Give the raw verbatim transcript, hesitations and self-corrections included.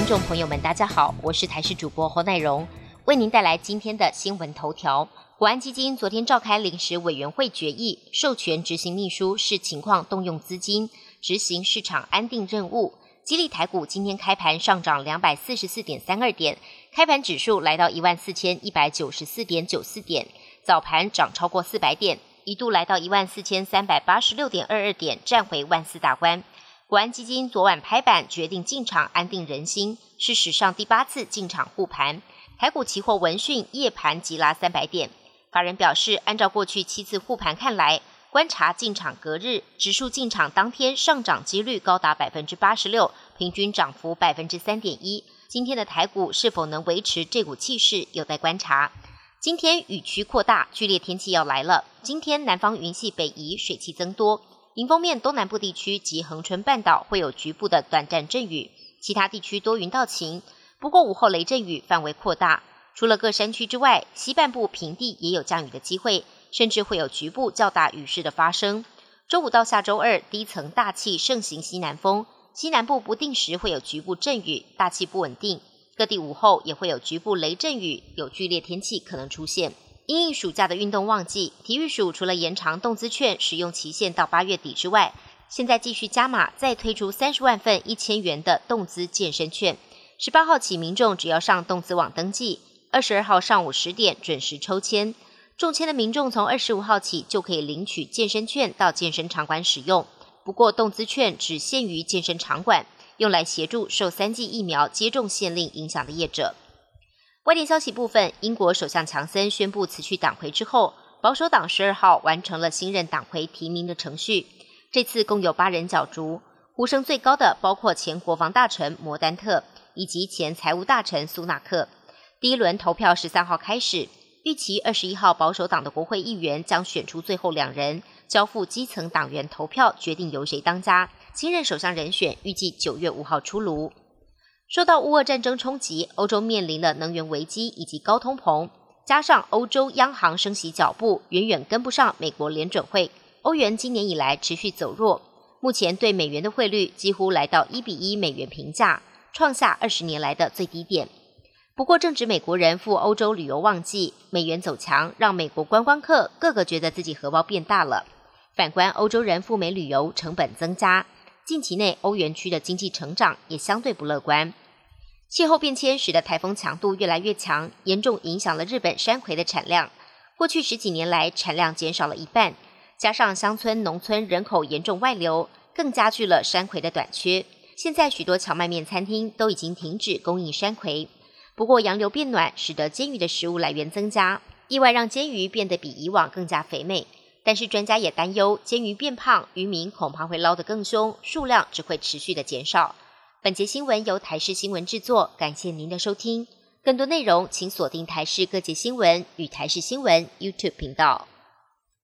众朋友们，大家好，我是台视主播侯乃荣，为您带来今天的新闻头条。国安基金昨天召开临时委员会决议，授权执行秘书视情况动用资金，执行市场安定任务，激励台股今天开盘上涨两百四十四点三二点，开盘指数来到一万四千一百九十四点九四点，早盘涨超过四百点，一度来到一万四千三百八十六点二二点，站回万四大关。国安基金昨晚拍板决定进场安定人心，是史上第八次进场护盘。台股期货闻讯夜盘急拉三百点，法人表示，按照过去七次护盘看来，观察进场隔日指数进场当天上涨几率高达百分之八十六，平均涨幅百分之三点一。今天的台股是否能维持这股气势，有待观察。今天雨区扩大，剧烈天气要来了。今天南方云系北移，水汽增多。迎风面东南部地区及恒春半岛会有局部的短暂阵雨，其他地区多云到晴。不过午后雷阵雨范围扩大，除了各山区之外，西半部平地也有降雨的机会，甚至会有局部较大雨势的发生。周五到下周二，低层大气盛行西南风，西南部不定时会有局部阵雨，大气不稳定。各地午后也会有局部雷阵雨，有剧烈天气可能出现。因应暑假的运动旺季，体育署除了延长动资券使用期限到八月底之外，现在继续加码，再推出三十万份一千元的动资健身券。十八号起，民众只要上动资网登记，二十二号上午十点准时抽签。中签的民众从二十五号起就可以领取健身券到健身场馆使用。不过，动资券只限于健身场馆，用来协助受三剂疫苗接种限令影响的业者。外电消息部分，英国首相强森宣布辞去党魁之后，保守党十二号完成了新任党魁提名的程序。这次共有八人角逐，呼声最高的包括前国防大臣摩丹特以及前财务大臣苏纳克。第一轮投票十三号开始，预期二十一号保守党的国会议员将选出最后两人，交付基层党员投票决定由谁当家。新任首相人选预计九月五号出炉。受到乌俄战争冲击，欧洲面临了能源危机以及高通膨，加上欧洲央行升息脚步远远跟不上美国联准会，欧元今年以来持续走弱，目前对美元的汇率几乎来到一比一美元平价，创下二十年来的最低点。不过正值美国人赴欧洲旅游旺季，美元走强，让美国观光客个个觉得自己荷包变大了。反观欧洲人赴美旅游成本增加，近期内欧元区的经济成长也相对不乐观。气候变迁使得台风强度越来越强，严重影响了日本山葵的产量。过去十几年来，产量减少了一半，加上乡村农村人口严重外流，更加剧了山葵的短缺。现在许多荞麦面餐厅都已经停止供应山葵。不过洋流变暖，使得煎鱼的食物来源增加，意外让煎鱼变得比以往更加肥美。但是专家也担忧，煎鱼变胖，渔民恐怕会捞得更凶，数量只会持续的减少。本节新闻由台视新闻制作，感谢您的收听。更多内容请锁定台视各节新闻与台视新闻 YouTube 频道。